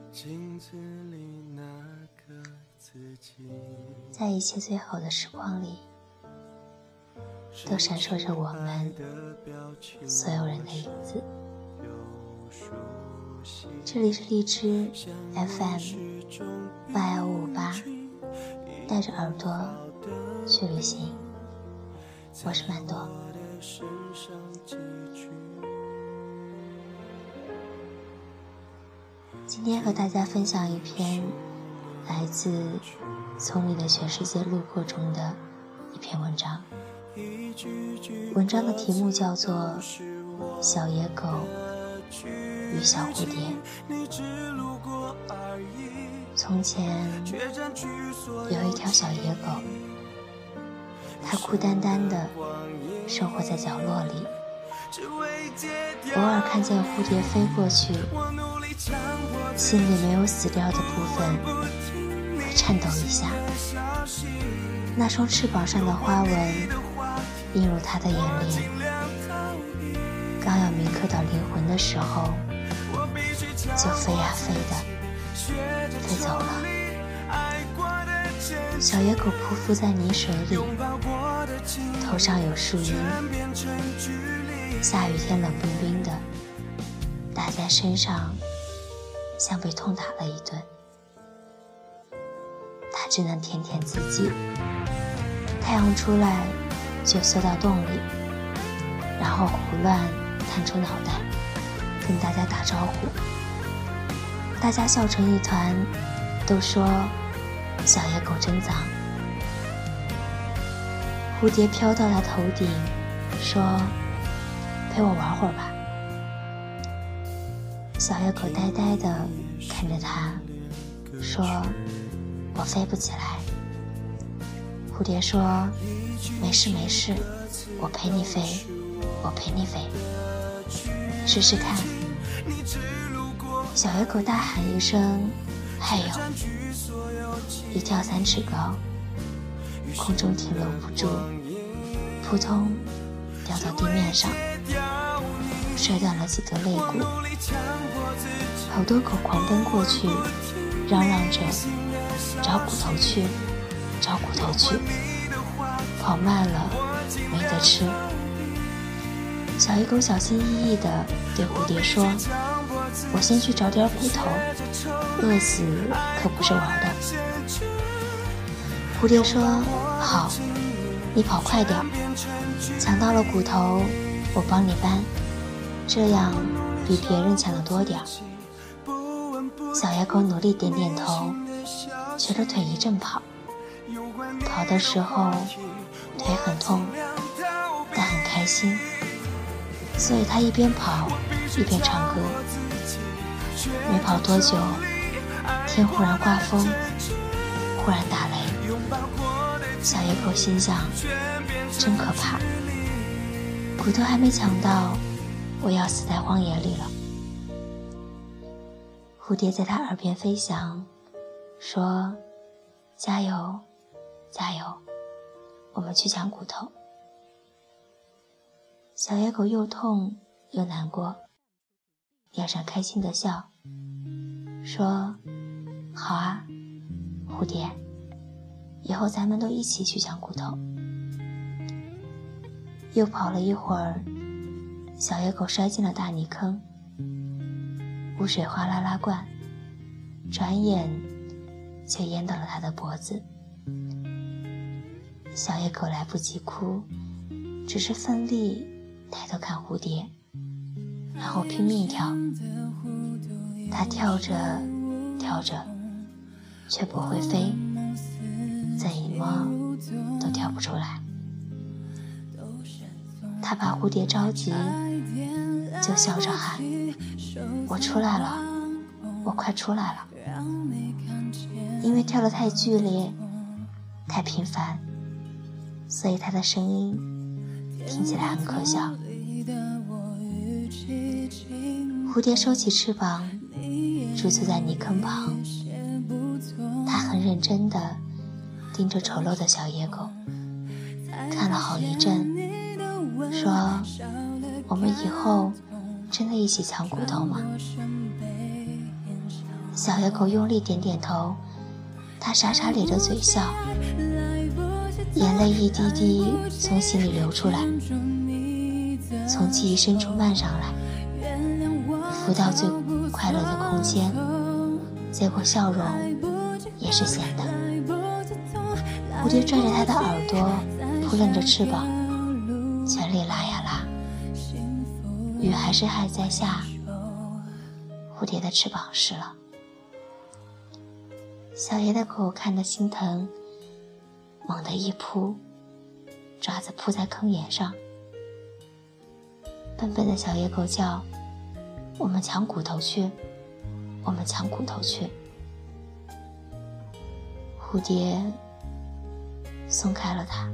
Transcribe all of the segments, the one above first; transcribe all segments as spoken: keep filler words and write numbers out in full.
在一切最好的时光里，都闪烁着我们所有人的影子。这里是荔枝 F M 八幺五五八，带着耳朵去旅行，我是曼朵。今天和大家分享一篇来自《从你的全世界路过》中的一篇文章。文章的题目叫做《小野狗与小蝴蝶》。从前有一条小野狗，它孤单单地生活在角落里，偶尔看见蝴蝶飞过去，心里没有死掉的部分会颤抖一下。那双翅膀上的花纹映入他的眼帘，刚要铭刻到灵魂的时候，就飞呀飞的飞走了。小野狗匍匐在泥水里，头上有树荫，下雨天冷冰冰的，打在身上像被痛打了一顿。它只能舔舔自己，太阳出来就缩到洞里，然后胡乱探出脑袋跟大家打招呼。大家笑成一团，都说小野狗真脏。蝴蝶飘到他头顶，说陪我玩会儿吧。小野狗呆呆地看着他，说我飞不起来。蝴蝶说没事没事，我陪你飞，我陪你飞，试试看。小野狗大喊一声嘿呦，一跳三尺高，空中停留不住，扑通掉到地面上，摔断了几个肋骨。好多狗狂奔过去，嚷嚷着找骨头去，找骨头去，跑慢了没得吃。小野狗小心翼翼地对蝴蝶说，我先去找点骨头，饿死可不是玩的。蝴蝶说好，你跑快点，抢到了骨头我帮你搬，这样比别人抢得多点。小野狗努力点点头，觉得腿一阵跑，跑的时候腿很痛，但很开心，所以他一边跑一边唱歌。没跑多久，天忽然刮风，忽然打雷。小野狗心想，真可怕，骨头还没抢到，我要死在荒野里了。蝴蝶在他耳边飞翔，说加油加油，我们去抢骨头。小野狗又痛又难过，脸上开心的笑，说好啊，蝴蝶，以后咱们都一起去抢骨头。又跑了一会儿，小野狗摔进了大泥坑，污水哗啦啦灌，转眼就淹到了他的脖子。小野狗来不及哭，只是奋力抬头看蝴蝶，然后拼命跳。它跳着跳着却不会飞，怎么都跳不出来。它怕蝴蝶着急，就笑着喊，我出来了，我快出来了。因为跳得太剧烈太频繁，所以它的声音听起来很可笑。蝴蝶收起翅膀，驻足在泥坑旁，它很认真地盯着丑陋的小野狗，看了好一阵，说我们以后真的一起抢骨头吗？ 小野狗用力点点头，他傻傻咧着嘴笑，眼泪一滴滴从心里流出来，从记忆深处漫上来，浮到最快乐的空间，结果笑容也是咸的。蝴蝶拽着他的耳朵，扑棱着翅膀，全力拉呀拉，雨还是还在下，蝴蝶的翅膀湿了。小野的狗看得心疼，猛地一扑，爪子扑在坑沿上。笨笨的小野狗叫：我们抢骨头去，我们抢骨头去。蝴蝶松开了它，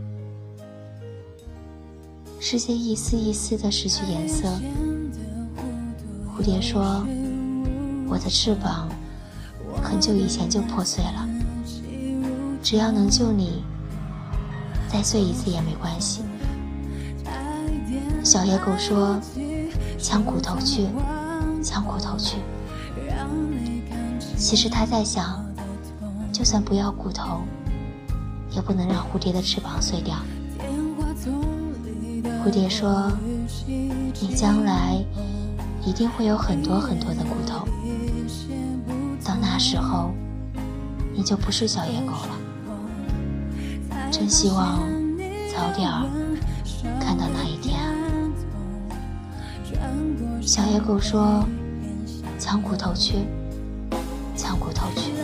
世界一丝一丝地失去颜色。蝴蝶说：我的翅膀很久以前就破碎了，只要能救你，再碎一次也没关系。小野狗说：抢骨头去，抢骨头去。其实他在想，就算不要骨头，也不能让蝴蝶的翅膀碎掉。蝴蝶说：你将来一定会有很多很多的骨头，到那时候你就不是小野狗了。真希望早点儿看到那一天啊。小野狗说：抢骨头去，抢骨头去。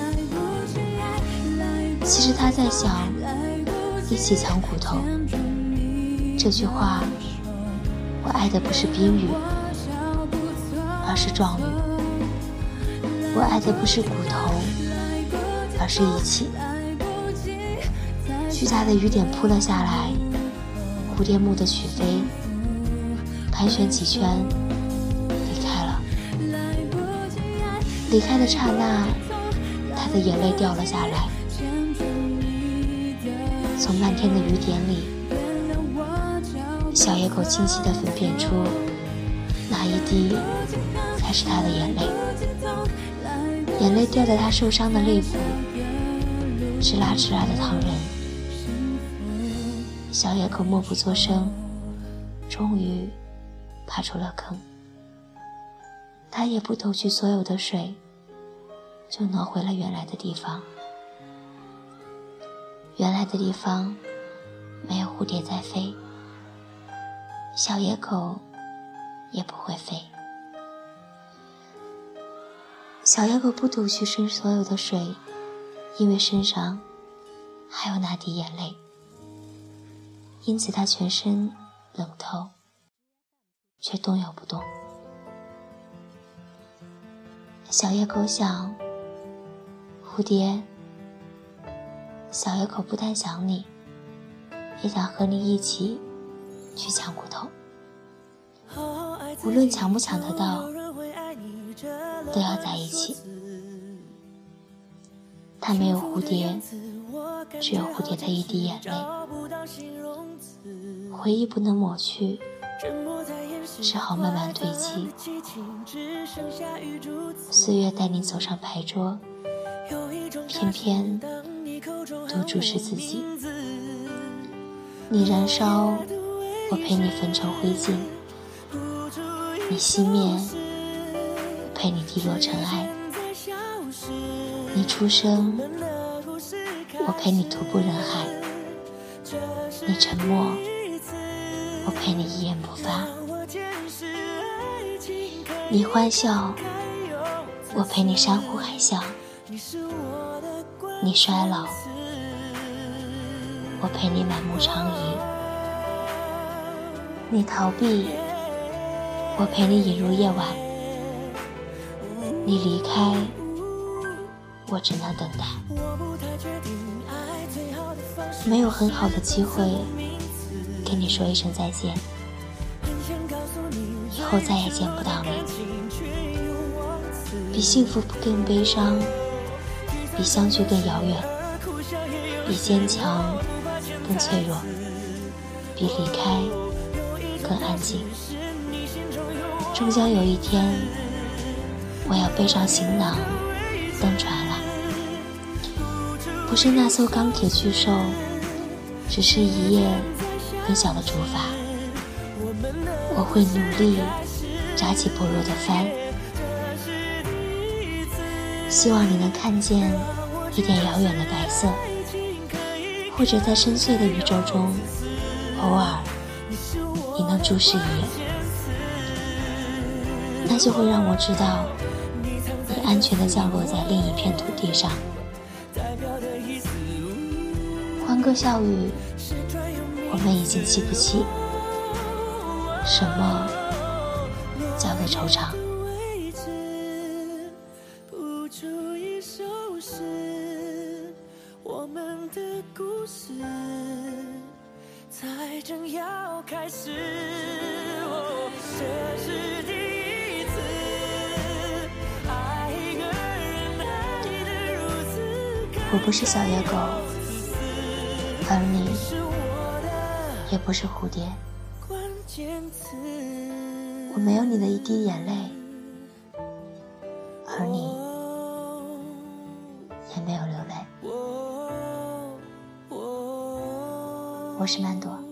其实他在想，一起抢骨头这句话，我爱的不是宾语，而是状语。我爱的不是骨头，而是一起。巨大的雨点扑了下来，蝴蝶蓦地起飞，盘旋几圈，离开了。离开的刹那，他的眼泪掉了下来。从漫天的雨点里，小野狗清晰地分辨出哪一滴才是他的眼泪。眼泪掉在他受伤的肋部，哧啦哧啦的淌人。小野狗默不作声，终于爬出了坑。他也不抖去所有的水，就挪回了原来的地方。原来的地方没有蝴蝶在飞，小野狗也不会飞。小野狗不抖去身所有的水，因为身上还有那滴眼泪，因此它全身冷透，却动又不动。小野狗想，蝴蝶，小野狗不但想你，也想和你一起去抢骨头。无论抢不抢得到，都要在一起。它没有蝴蝶，只有蝴蝶的一滴眼泪。回忆不能抹去，只好慢慢堆积。岁月带你走上牌桌，偏偏都注视自己。你燃烧，我陪你焚成灰烬；你熄灭，我陪你滴落尘埃；你出生，我陪你徒步人海；你沉默，我陪你一言不发；你欢笑，我陪你山呼海啸；你衰老，我陪你满目疮痍；你逃避，我陪你引入夜晚；你离开，我只能等待。没有很好的机会跟你说一声再见，以后再也见不到你。比幸福更悲伤，比相聚更遥远，比坚强更脆弱，比离开更安静。终将有一天，我要背上行囊， 登船了，不是那艘钢铁巨兽，只是一叶很小的竹筏。我会努力扎起薄弱的帆，希望你能看见一点遥远的白色，或者在深邃的宇宙中，偶尔你能注视一眼，那就会让我知道你安全地降落在另一片土地上。欢歌笑语，我们已经记不起什么叫做惆怅。我们的故事才正要开始，哦，这是第一次爱一个人，爱得如此。我不是小野狗，而你也不是蝴蝶。我没有你的一滴眼泪，而你也没有流泪。我是曼朵。